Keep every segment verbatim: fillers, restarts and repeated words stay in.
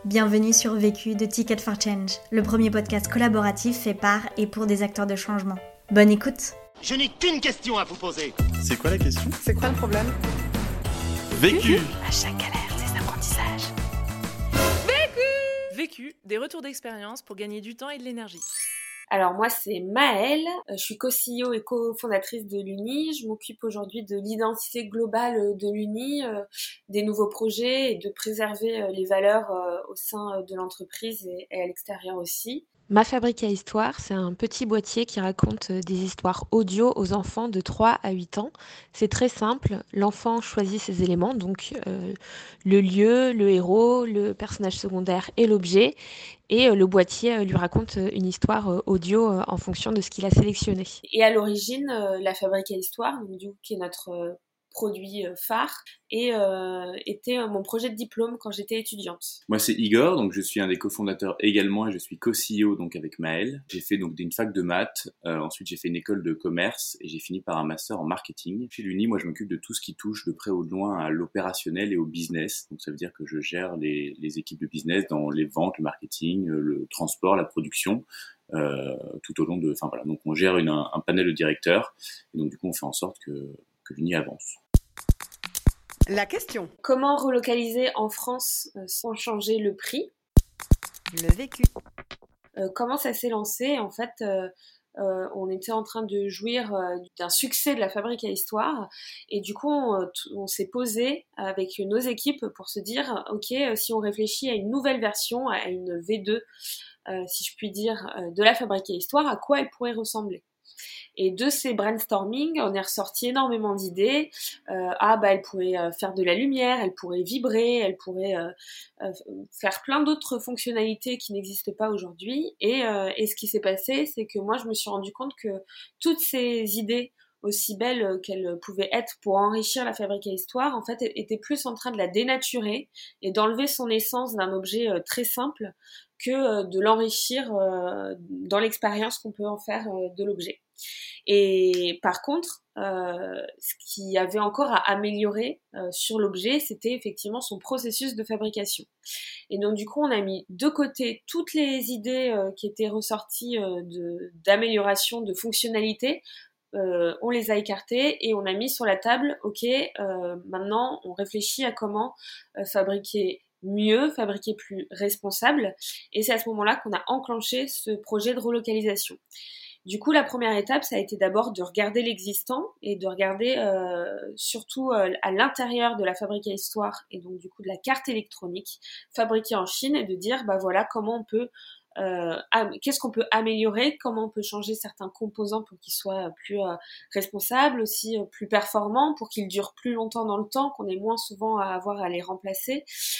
Bienvenue sur Vécu de Ticket for Change, le premier podcast collaboratif fait par et pour des acteurs de changement. Bonne écoute. Je n'ai qu'une question à vous poser. C'est quoi la question ? C'est quoi le problème ? Vécu. À chaque galère, des apprentissages. Vécu Vécu, des retours d'expérience pour gagner du temps et de l'énergie. Alors moi c'est Maëlle, je suis co-C E O et co-fondatrice de l'U N I. Je m'occupe aujourd'hui de l'identité globale de l'U N I, euh, des nouveaux projets et de préserver euh, les valeurs euh, au sein de l'entreprise et, et à l'extérieur aussi. Ma fabrique à histoire, c'est un petit boîtier qui raconte des histoires audio aux enfants de trois à huit ans. C'est très simple, l'enfant choisit ses éléments, donc euh, le lieu, le héros, le personnage secondaire et l'objet, et euh, le boîtier euh, lui raconte une histoire euh, audio euh, en fonction de ce qu'il a sélectionné. Et à l'origine, euh, la fabrique à histoire, donc, du coup, qui est notre euh, produit phare, et euh, était mon projet de diplôme quand j'étais étudiante. Moi c'est Igor, donc je suis un des cofondateurs également et je suis co-C E O donc avec Maëlle. J'ai fait donc une fac de maths, euh, ensuite j'ai fait une école de commerce et j'ai fini par un master en marketing. Chez l'U N I, moi je m'occupe de tout ce qui touche de près ou de loin à l'opérationnel et au business. Donc ça veut dire que je gère les, les équipes de business dans les ventes, le marketing, le transport, la production. Euh, tout au long de, enfin voilà, donc on gère une, un, un panel de directeurs et donc du coup on fait en sorte que, que l'U N I avance. La question. Comment relocaliser en France euh, sans changer le prix ? Le vécu. Euh, comment ça s'est lancé ? En fait, euh, euh, on était en train de jouir euh, d'un succès de la fabrique à histoire et du coup, on, on s'est posé avec nos équipes pour se dire, ok, euh, si on réfléchit à une nouvelle version, à une V deux, euh, si je puis dire, euh, de la fabrique à histoire, à quoi elle pourrait ressembler ? Et de ces brainstorming, on est ressorti énormément d'idées. Euh, ah bah elle pourrait euh, faire de la lumière, elle pourrait vibrer, elle pourrait euh, euh, faire plein d'autres fonctionnalités qui n'existent pas aujourd'hui. Et, euh, et ce qui s'est passé, c'est que moi je me suis rendu compte que toutes ces idées, aussi belles qu'elles pouvaient être pour enrichir la fabrique à histoire, en fait étaient plus en train de la dénaturer et d'enlever son essence d'un objet euh, très simple que de l'enrichir euh, dans l'expérience qu'on peut en faire euh, de l'objet. Et par contre, euh, ce qu'il y avait encore à améliorer euh, sur l'objet, c'était effectivement son processus de fabrication. Et donc du coup, on a mis de côté toutes les idées euh, qui étaient ressorties euh, de, d'amélioration, de fonctionnalité. Euh, on les a écartées et on a mis sur la table, ok, euh, maintenant on réfléchit à comment euh, fabriquer mieux, fabriquer plus responsable. Et c'est à ce moment-là qu'on a enclenché ce projet de relocalisation. Du coup, la première étape, ça a été d'abord de regarder l'existant et de regarder euh, surtout euh, à l'intérieur de la fabrique à histoire et donc du coup de la carte électronique fabriquée en Chine et de dire, bah voilà, comment on peut Euh, am- qu'est-ce qu'on peut améliorer, comment on peut changer certains composants pour qu'ils soient plus euh, responsables, aussi euh, plus performants, pour qu'ils durent plus longtemps dans le temps, qu'on ait moins souvent à avoir à les remplacer.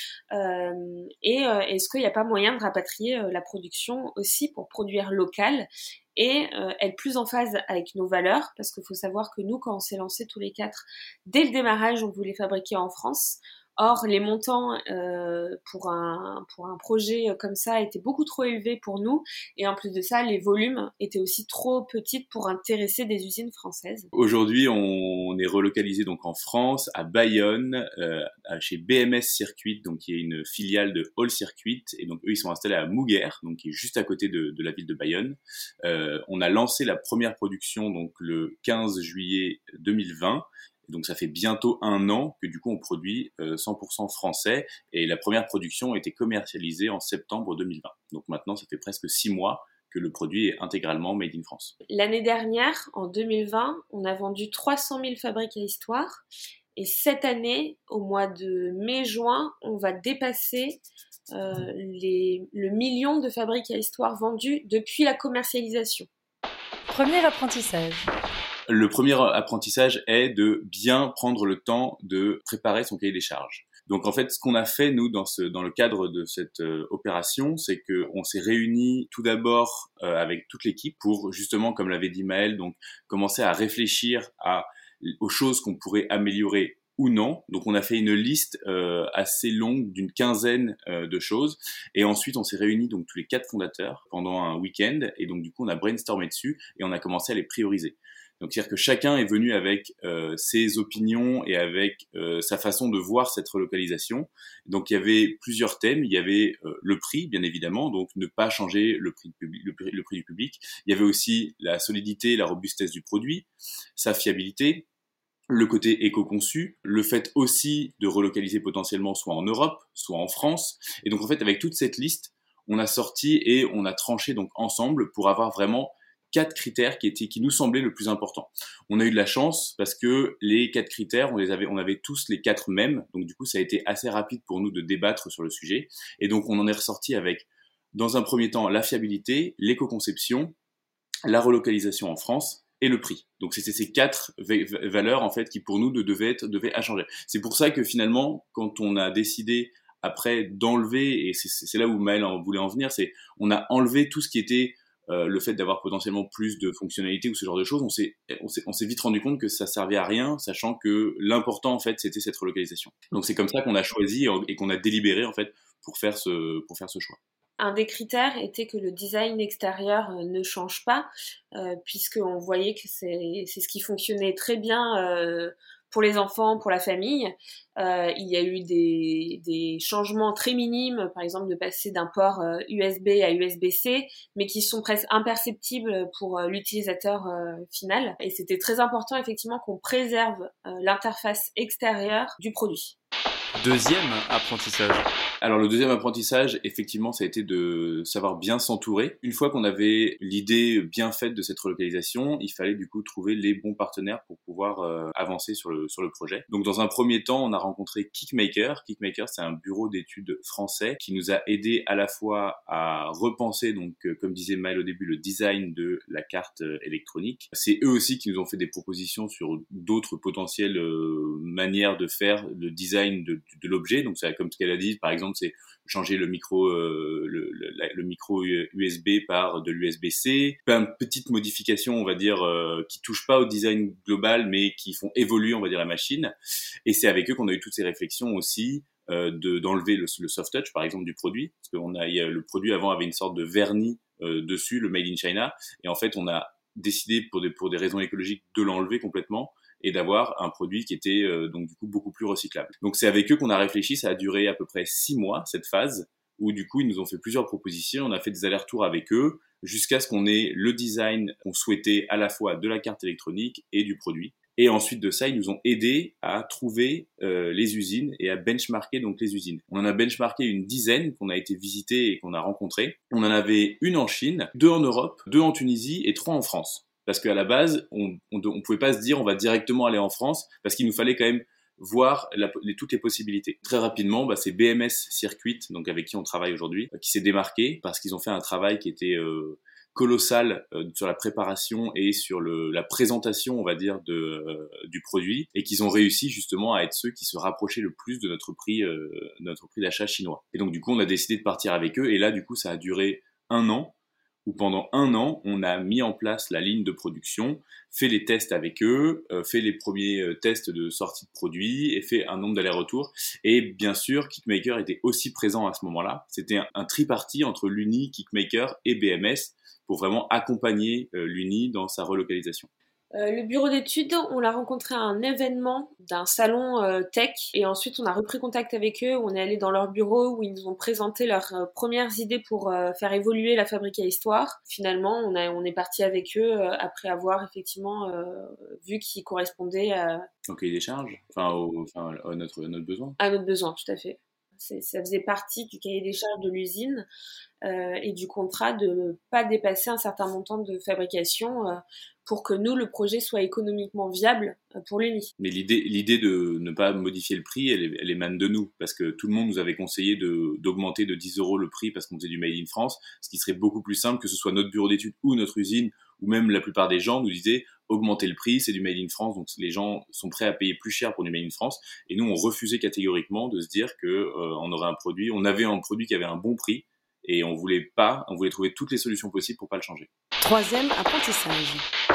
Euh, et euh, est-ce qu'il n'y a pas moyen de rapatrier euh, la production aussi pour produire local et euh, être plus en phase avec nos valeurs, parce qu'il faut savoir que nous, quand on s'est lancés tous les quatre, dès le démarrage, on voulait fabriquer en France. Or, les montants euh, pour un pour un projet comme ça étaient beaucoup trop élevés pour nous, et en plus de ça, les volumes étaient aussi trop petits pour intéresser des usines françaises. Aujourd'hui, on est relocalisé donc en France, à Bayonne, euh, chez B M S Circuit, donc qui est une filiale de Hall Circuit, et donc eux ils sont installés à Mouguer, donc qui est juste à côté de, de la ville de Bayonne. Euh, on a lancé la première production donc le quinze juillet deux mille vingt. Donc ça fait bientôt un an que du coup on produit euh, cent pour cent français et la première production a été commercialisée en septembre deux mille vingt. Donc maintenant ça fait presque six mois que le produit est intégralement made in France. L'année dernière, en deux mille vingt, on a vendu trois cent mille fabriques à histoire et cette année, au mois de mai-juin, on va dépasser euh, les, le million de fabriques à histoire vendues depuis la commercialisation. Premier apprentissage. Le premier apprentissage est de bien prendre le temps de préparer son cahier des charges. Donc en fait, ce qu'on a fait nous dans ce dans le cadre de cette euh, opération, c'est que on s'est réunis tout d'abord euh, avec toute l'équipe pour justement, comme l'avait dit Maëlle, donc commencer à réfléchir à aux choses qu'on pourrait améliorer ou non. Donc on a fait une liste euh, assez longue d'une quinzaine euh, de choses et ensuite on s'est réunis donc tous les quatre fondateurs pendant un week-end et donc du coup on a brainstormé dessus et on a commencé à les prioriser. Donc c'est-à-dire que chacun est venu avec euh, ses opinions et avec euh, sa façon de voir cette relocalisation. Donc il y avait plusieurs thèmes. Il y avait euh, le prix, bien évidemment, donc ne pas changer le prix, du public, le, prix, le prix du public. Il y avait aussi la solidité, la robustesse du produit, sa fiabilité, le côté éco-conçu, le fait aussi de relocaliser potentiellement soit en Europe, soit en France. Et donc en fait, avec toute cette liste, on a sorti et on a tranché donc ensemble pour avoir vraiment quatre critères qui étaient, qui nous semblaient le plus important. On a eu de la chance parce que les quatre critères, on les avait, on avait tous les quatre mêmes. Donc du coup, ça a été assez rapide pour nous de débattre sur le sujet. Et donc on en est ressorti avec, dans un premier temps, la fiabilité, l'éco-conception, la relocalisation en France et le prix. Donc c'était ces quatre va- valeurs en fait qui pour nous devaient être devaient changer. C'est pour ça que finalement, quand on a décidé après d'enlever, et c'est, c'est là où Maëlle en voulait en venir, c'est on a enlevé tout ce qui était euh, le fait d'avoir potentiellement plus de fonctionnalités ou ce genre de choses. On s'est on s'est on s'est vite rendu compte que ça servait à rien, sachant que l'important en fait c'était cette relocalisation. Donc c'est comme ça qu'on a choisi et qu'on a délibéré en fait pour faire ce pour faire ce choix. Un des critères était que le design extérieur euh, ne change pas, euh, puisqu'on voyait que c'est, c'est ce qui fonctionnait très bien euh, pour les enfants, pour la famille. Euh, il y a eu des, des changements très minimes, par exemple de passer d'un port euh, U S B à U S B C, mais qui sont presque imperceptibles pour euh, l'utilisateur euh, final. Et c'était très important effectivement qu'on préserve euh, l'interface extérieure du produit. Deuxième apprentissage. Alors le deuxième apprentissage, effectivement, ça a été de savoir bien s'entourer. Une fois qu'on avait l'idée bien faite de cette relocalisation, il fallait du coup trouver les bons partenaires pour pouvoir euh, avancer sur le sur le projet. Donc dans un premier temps, on a rencontré Kickmaker. Kickmaker, c'est un bureau d'études français qui nous a aidé à la fois à repenser, donc euh, comme disait Maëlle au début, le design de la carte euh, électronique. C'est eux aussi qui nous ont fait des propositions sur d'autres potentielles euh, manières de faire le design de, de l'objet. Donc ça, comme ce qu'elle a dit, par exemple, c'est changer le micro, euh, le, le, le micro U S B par de l'U S B C. Plein de petites modifications, on va dire, euh, qui touchent pas au design global, mais qui font évoluer, on va dire, la machine. Et c'est avec eux qu'on a eu toutes ces réflexions aussi, euh, de, d'enlever le, le soft touch, par exemple, du produit. Parce qu'on a, il y a, le produit avant avait une sorte de vernis euh, dessus, le Made in China. Et en fait, on a décidé, pour des, pour des raisons écologiques, de l'enlever complètement et d'avoir un produit qui était euh, donc du coup beaucoup plus recyclable. Donc c'est avec eux qu'on a réfléchi, ça a duré à peu près six mois cette phase où du coup ils nous ont fait plusieurs propositions, on a fait des allers-retours avec eux jusqu'à ce qu'on ait le design qu'on souhaitait à la fois de la carte électronique et du produit. Et ensuite de ça, ils nous ont aidés à trouver euh, les usines et à benchmarker donc les usines. On en a benchmarké une dizaine qu'on a été visiter et qu'on a rencontré. On en avait une en Chine, deux en Europe, deux en Tunisie et trois en France. Parce qu'à la base, on, on, on pouvait pas se dire on va directement aller en France parce qu'il nous fallait quand même voir la, les, toutes les possibilités. Très rapidement, bah, c'est B M S Circuit, donc avec qui on travaille aujourd'hui, qui s'est démarqué parce qu'ils ont fait un travail qui était euh, colossal euh, sur la préparation et sur le, la présentation, on va dire, de, euh, du produit, et qu'ils ont réussi justement à être ceux qui se rapprochaient le plus de notre prix, euh, notre prix d'achat chinois. Et donc du coup, on a décidé de partir avec eux, et là, du coup, ça a duré un an. Où pendant un an, on a mis en place la ligne de production, fait les tests avec eux, euh, fait les premiers euh, tests de sortie de produits et fait un nombre d'allers-retours. Et bien sûr, Kickmaker était aussi présent à ce moment-là. C'était un, un tripartite entre l'Uni, Kickmaker et B M S pour vraiment accompagner euh, l'Uni dans sa relocalisation. Euh, le bureau d'études, on l'a rencontré à un événement d'un salon euh, tech et ensuite on a repris contact avec eux, on est allé dans leur bureau où ils nous ont présenté leurs euh, premières idées pour euh, faire évoluer la fabrique à histoire. Finalement, on, a, on est parti avec eux euh, après avoir effectivement euh, vu qu'ils correspondaient à... Au cahier des charges, enfin, au, enfin à, notre, à notre besoin. À notre besoin, tout à fait. C'est, ça faisait partie du cahier des charges de l'usine euh, et du contrat de ne pas dépasser un certain montant de fabrication euh, pour que nous, le projet soit économiquement viable euh, pour l'Uni. Mais l'idée, l'idée de ne pas modifier le prix, elle, elle émane de nous, parce que tout le monde nous avait conseillé de, d'augmenter de dix euros le prix parce qu'on faisait du Made in France, ce qui serait beaucoup plus simple que ce soit notre bureau d'études ou notre usine, ou même la plupart des gens nous disaient augmenter le prix, c'est du Made in France, donc les gens sont prêts à payer plus cher pour du Made in France, et nous on refusait catégoriquement de se dire que euh, on aurait un produit, on avait un produit qui avait un bon prix, et on voulait pas, on voulait trouver toutes les solutions possibles pour pas le changer. Troisième apprentissage.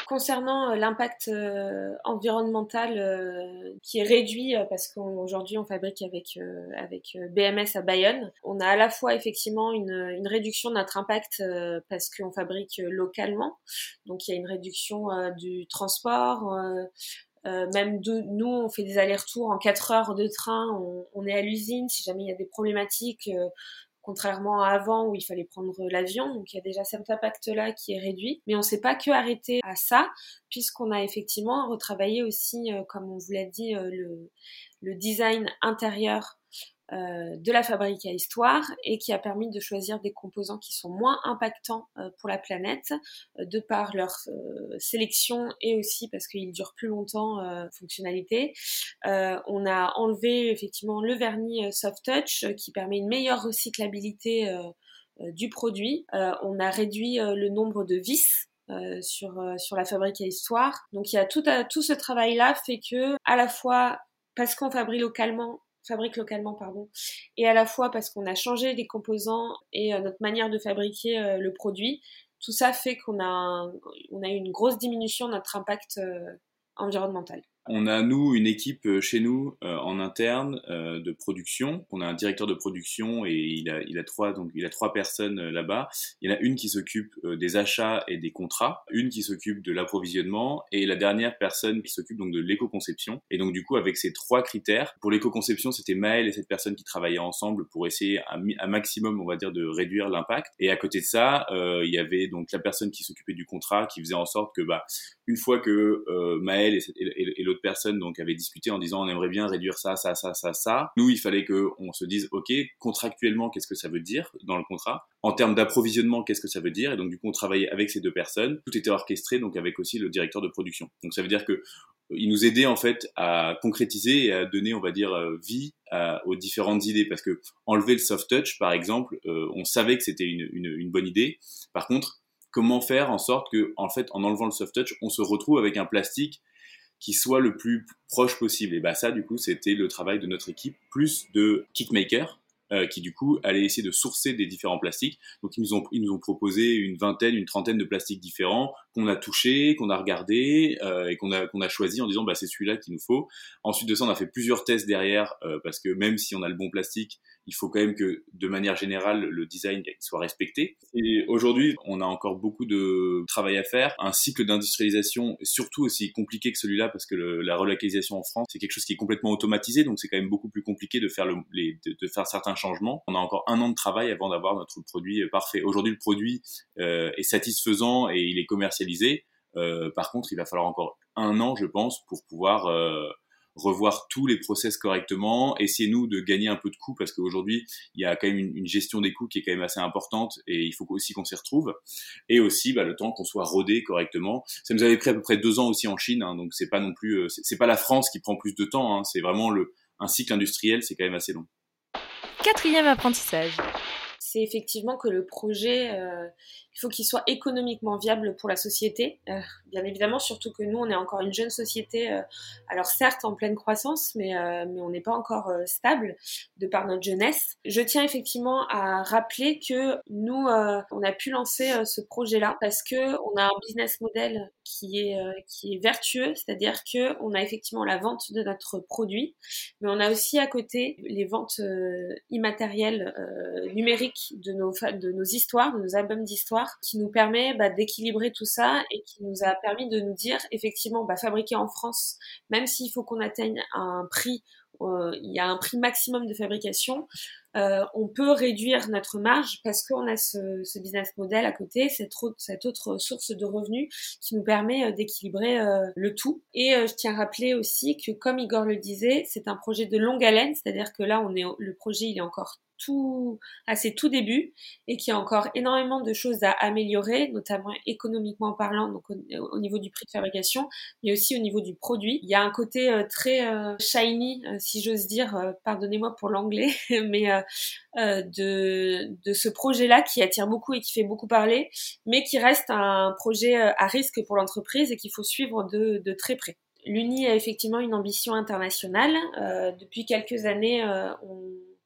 Concernant euh, l'impact euh, environnemental euh, qui est réduit euh, parce qu'aujourd'hui on fabrique avec euh, avec euh, B M S à Bayonne, on a à la fois effectivement une, une réduction de notre impact euh, parce qu'on fabrique euh, localement, donc il y a une réduction euh, du transport. Euh, Euh, même de, nous, on fait des allers-retours en quatre heures de train, on, on est à l'usine si jamais il y a des problématiques, euh, contrairement à avant où il fallait prendre l'avion. Donc il y a déjà cet impact-là qui est réduit. Mais on ne s'est pas que arrêté à ça, puisqu'on a effectivement retravaillé aussi, euh, comme on vous l'a dit, euh, le, le design intérieur Euh, de la fabrique à histoire et qui a permis de choisir des composants qui sont moins impactants euh, pour la planète euh, de par leur euh, sélection et aussi parce qu'ils durent plus longtemps euh, fonctionnalité. Euh, on a enlevé effectivement le vernis euh, soft touch euh, qui permet une meilleure recyclabilité euh, euh, du produit. Euh, on a réduit euh, le nombre de vis Euh, sur euh, sur la fabrique à histoire. Donc il y a tout à, tout ce travail là fait que à la fois parce qu'on fabrique localement fabrique localement pardon et à la fois parce qu'on a changé les composants et euh, notre manière de fabriquer euh, le produit, tout ça fait qu'on a un, on a eu une grosse diminution de notre impact euh, environnemental. On a, nous, une équipe euh, chez nous euh, en interne euh, de production. On a un directeur de production et il a, il a trois, donc il a trois personnes euh, là-bas. Il y en a une qui s'occupe euh, des achats et des contrats, une qui s'occupe de l'approvisionnement et la dernière personne qui s'occupe donc de l'éco-conception. Et donc du coup, avec ces trois critères, pour l'éco-conception, c'était Maëlle et cette personne qui travaillaient ensemble pour essayer un, un maximum, on va dire, de réduire l'impact. Et à côté de ça, euh, il y avait donc la personne qui s'occupait du contrat, qui faisait en sorte que, bah, une fois que euh, Maëlle et, et, et l'autre personne donc avaient discuté en disant on aimerait bien réduire ça, ça, ça, ça, ça. Nous, il fallait qu'on se dise ok, contractuellement, qu'est-ce que ça veut dire dans le contrat? En termes d'approvisionnement, qu'est-ce que ça veut dire? Et donc du coup, on travaillait avec ces deux personnes. Tout était orchestré, donc avec aussi le directeur de production. Donc ça veut dire que il nous aidait en fait à concrétiser et à donner, on va dire, vie à, aux différentes idées. Parce que enlever le soft touch, par exemple, euh, on savait que c'était une, une, une bonne idée. Par contre, comment faire en sorte que, en fait, en enlevant le soft touch, on se retrouve avec un plastique qui soit le plus proche possible. Et bah ça, du coup, c'était le travail de notre équipe, plus de Kickmaker, euh, qui du coup allaient essayer de sourcer des différents plastiques. Donc ils nous ont ils nous ont proposé une vingtaine, une trentaine de plastiques différents qu'on a touchés, qu'on a regardés euh, et qu'on a qu'on a choisi en disant bah c'est celui-là qu'il nous faut. Ensuite de ça, on a fait plusieurs tests derrière euh, parce que même si on a le bon plastique, il faut quand même que de manière générale le design soit respecté. Et aujourd'hui, on a encore beaucoup de travail à faire. Un cycle d'industrialisation surtout aussi compliqué que celui-là parce que le, la relocalisation en France, c'est quelque chose qui est complètement automatisé, donc c'est quand même beaucoup plus compliqué de faire le, les, de, de faire certains changements. On a encore un an de travail avant d'avoir notre produit parfait. Aujourd'hui, le produit euh, est satisfaisant et il est commercialisé. Euh, par contre, il va falloir encore un an, je pense, pour pouvoir euh, revoir tous les process correctement, essayer nous de gagner un peu de coûts parce qu'aujourd'hui il y a quand même une, une gestion des coûts qui est quand même assez importante et il faut aussi qu'on s'y retrouve, et aussi bah, le temps qu'on soit rodé correctement. Ça nous avait pris à peu près deux ans aussi en Chine, hein, donc c'est pas non plus, c'est, c'est pas la France qui prend plus de temps, hein, c'est vraiment le, un cycle industriel, c'est quand même assez long. Quatrième apprentissage. C'est effectivement que le projet, euh, il faut qu'il soit économiquement viable pour la société. Euh, bien évidemment, surtout que nous, on est encore une jeune société, euh, alors certes en pleine croissance, mais, euh, mais on n'est pas encore euh, stable de par notre jeunesse. Je tiens effectivement à rappeler que nous, euh, on a pu lancer euh, ce projet-là parce que on a un business model qui est, euh, qui est vertueux, c'est-à-dire que on a effectivement la vente de notre produit, mais on a aussi à côté les ventes euh, immatérielles euh, numériques de nos, de nos histoires, de nos albums d'histoire, qui nous permet bah, d'équilibrer tout ça et qui nous a permis de nous dire effectivement bah, fabriquer en France, même s'il faut qu'on atteigne un prix, euh, il y a un prix maximum de fabrication, euh, on peut réduire notre marge parce qu'on a ce, ce business model à côté, cette, cette autre source de revenus qui nous permet d'équilibrer euh, le tout. Et euh, je tiens à rappeler aussi que comme Igor le disait, c'est un projet de longue haleine, c'est-à-dire que là on est, le projet il est encore tout, à ses tout débuts et qu'il y a encore énormément de choses à améliorer, notamment économiquement parlant, donc au, au niveau du prix de fabrication, mais aussi au niveau du produit. Il y a un côté euh, très euh, shiny, euh, si j'ose dire, euh, pardonnez-moi pour l'anglais, mais euh, euh, de, de ce projet-là qui attire beaucoup et qui fait beaucoup parler, mais qui reste un projet euh, à risque pour l'entreprise et qu'il faut suivre de, de très près. L'Uni a effectivement une ambition internationale. Euh, depuis quelques années, euh, on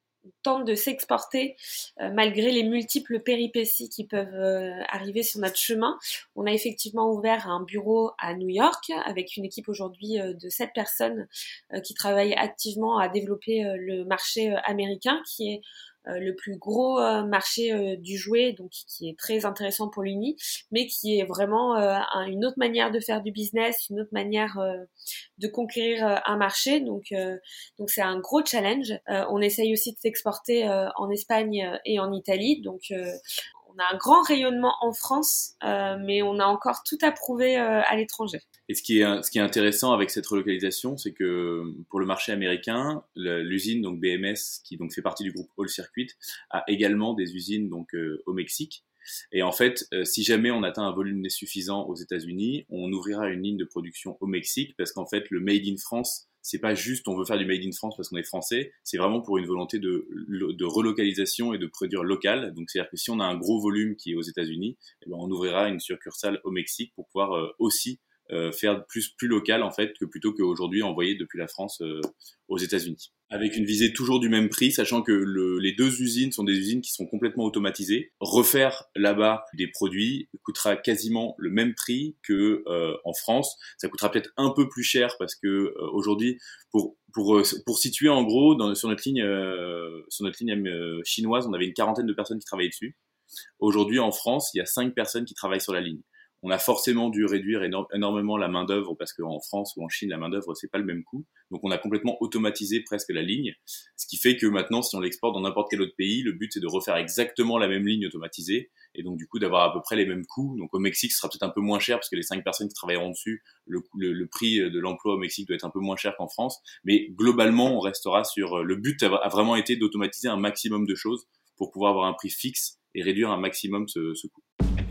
tente de s'exporter euh, malgré les multiples péripéties qui peuvent euh, arriver sur notre chemin. On a effectivement ouvert un bureau à New York avec une équipe aujourd'hui euh, de sept personnes euh, qui travaillent activement à développer euh, le marché euh, américain qui est Euh, le plus gros euh, marché euh, du jouet, donc qui est très intéressant pour l'Uni, mais qui est vraiment euh, un, une autre manière de faire du business, une autre manière euh, de conquérir euh, un marché. Donc, euh, donc c'est un gros challenge. Euh, on essaye aussi de s'exporter euh, en Espagne et en Italie. Donc, euh, on a un grand rayonnement en France, euh, mais on a encore tout à prouver euh, à l'étranger. Et ce qui est, ce qui est intéressant avec cette relocalisation, c'est que pour le marché américain, l'usine donc B M S, qui donc fait partie du groupe Hall Circuit, a également des usines donc euh, au Mexique. Et en fait, euh, si jamais on atteint un volume suffisant aux États-Unis, on ouvrira une ligne de production au Mexique, parce qu'en fait, le Made in France, c'est pas juste on veut faire du Made in France parce qu'on est français, c'est vraiment pour une volonté de, de relocalisation et de produire local. Donc c'est-à-dire que si on a un gros volume qui est aux États-Unis, eh ben, on ouvrira une succursale au Mexique pour pouvoir euh, aussi Euh, faire plus plus local en fait que plutôt qu'aujourd'hui envoyer depuis la France euh, aux États-Unis. Avec une visée toujours du même prix, sachant que le, les deux usines sont des usines qui sont complètement automatisées. Refaire là-bas des produits coûtera quasiment le même prix que euh, en France. Ça coûtera peut-être un peu plus cher parce que euh, aujourd'hui, pour pour pour situer en gros dans, sur notre ligne euh, sur notre ligne euh, chinoise, on avait une quarantaine de personnes qui travaillaient dessus. Aujourd'hui en France, il y a cinq personnes qui travaillent sur la ligne. On a forcément dû réduire éno- énormément la main-d'œuvre parce qu'en France ou en Chine, la main-d'œuvre, c'est pas le même coût. Donc, on a complètement automatisé presque la ligne. Ce qui fait que maintenant, si on l'exporte dans n'importe quel autre pays, le but, c'est de refaire exactement la même ligne automatisée. Et donc, du coup, d'avoir à peu près les mêmes coûts. Donc, au Mexique, ce sera peut-être un peu moins cher parce que les cinq personnes qui travailleront dessus, le, le, le prix de l'emploi au Mexique doit être un peu moins cher qu'en France. Mais globalement, on restera sur... Le but a, a vraiment été d'automatiser un maximum de choses pour pouvoir avoir un prix fixe et réduire un maximum ce, ce coût.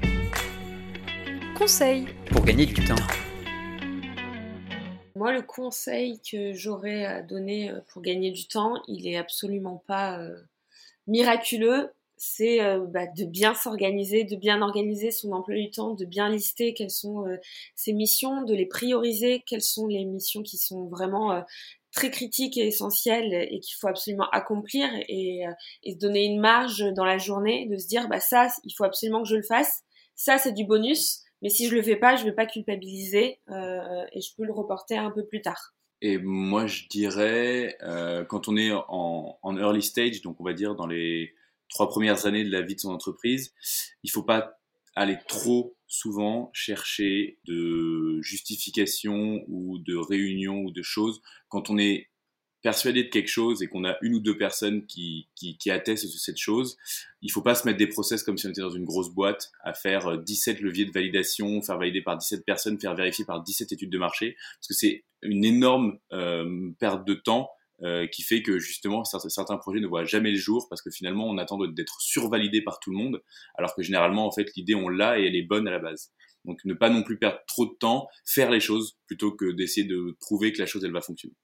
Conseil pour gagner du temps. Moi, le conseil que j'aurais à donner pour gagner du temps, il est absolument pas euh, miraculeux. C'est euh, bah, de bien s'organiser, de bien organiser son emploi du temps, de bien lister quelles sont euh, ses missions, de les prioriser, quelles sont les missions qui sont vraiment euh, très critiques et essentielles et qu'il faut absolument accomplir et, euh, et se donner une marge dans la journée, de se dire bah ça, il faut absolument que je le fasse. Ça, c'est du bonus. Mais si je le fais pas, je vais pas culpabiliser euh, et je peux le reporter un peu plus tard. Et moi, je dirais, euh, quand on est en, en early stage, donc on va dire dans les trois premières années de la vie de son entreprise, il faut pas aller trop souvent chercher de justifications ou de réunions ou de choses. Quand on est persuadé de quelque chose et qu'on a une ou deux personnes qui, qui, qui attestent de cette chose, il faut pas se mettre des process comme si on était dans une grosse boîte à faire dix-sept leviers de validation, faire valider par dix-sept personnes, faire vérifier par dix-sept études de marché, parce que c'est une énorme euh, perte de temps euh, qui fait que justement certains, certains projets ne voient jamais le jour parce que finalement on attend d'être survalidé par tout le monde, alors que généralement en fait l'idée on l'a et elle est bonne à la base. Donc ne pas non plus perdre trop de temps, faire les choses plutôt que d'essayer de prouver que la chose elle va fonctionner.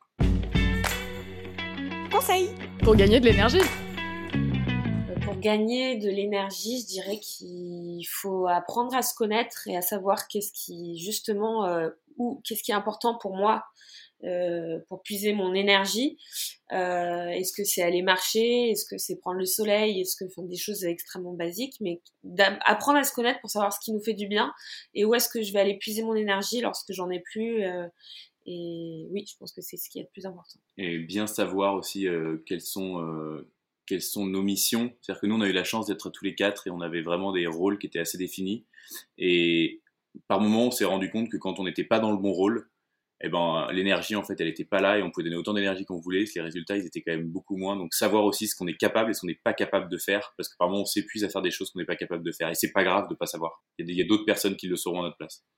Conseil pour gagner de l'énergie. Pour gagner de l'énergie, je dirais qu'il faut apprendre à se connaître et à savoir qu'est-ce qui justement euh, ou qu'est-ce qui est important pour moi euh, pour puiser mon énergie. Euh, est-ce que c'est aller marcher, est-ce que c'est prendre le soleil, est-ce que enfin, des choses extrêmement basiques, mais apprendre à se connaître pour savoir ce qui nous fait du bien et où est-ce que je vais aller puiser mon énergie lorsque j'en ai plus. Euh, Et oui, je pense que c'est ce qui est le plus important. Et bien savoir aussi euh, quelles sont euh, quelles sont nos missions. C'est-à-dire que nous, on a eu la chance d'être tous les quatre et on avait vraiment des rôles qui étaient assez définis. Et par moments, on s'est rendu compte que quand on n'était pas dans le bon rôle, eh ben, l'énergie, en fait, elle n'était pas là et on pouvait donner autant d'énergie qu'on voulait. Les résultats, ils étaient quand même beaucoup moins. Donc, savoir aussi ce qu'on est capable et ce qu'on n'est pas capable de faire. Parce que par moments, on s'épuise à faire des choses qu'on n'est pas capable de faire. Et c'est pas grave de pas savoir. Il y a d'autres personnes qui le sauront à notre place.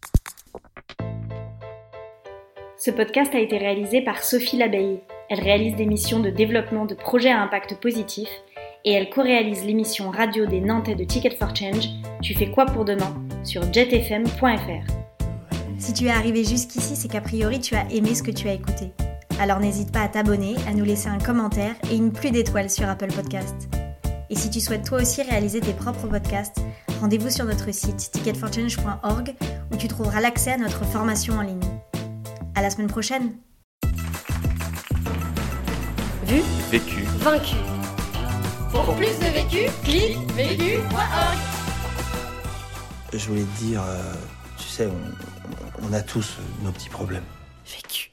Ce podcast a été réalisé par Sophie Labeille. Elle réalise des missions de développement de projets à impact positif et elle co-réalise l'émission radio des Nantais de Ticket for Change « Tu fais quoi pour demain ?» sur jet f m point f r. Si tu es arrivé jusqu'ici, c'est qu'a priori tu as aimé ce que tu as écouté. Alors n'hésite pas à t'abonner, à nous laisser un commentaire et une pluie d'étoiles sur Apple Podcasts. Et si tu souhaites toi aussi réaliser tes propres podcasts, rendez-vous sur notre site ticket for change point org où tu trouveras l'accès à notre formation en ligne. À la semaine prochaine. Vu, vécu, vaincu. Pour plus de vécu, clique vécu point org. Je voulais te dire, euh, tu sais, on, on a tous nos petits problèmes. Vécu.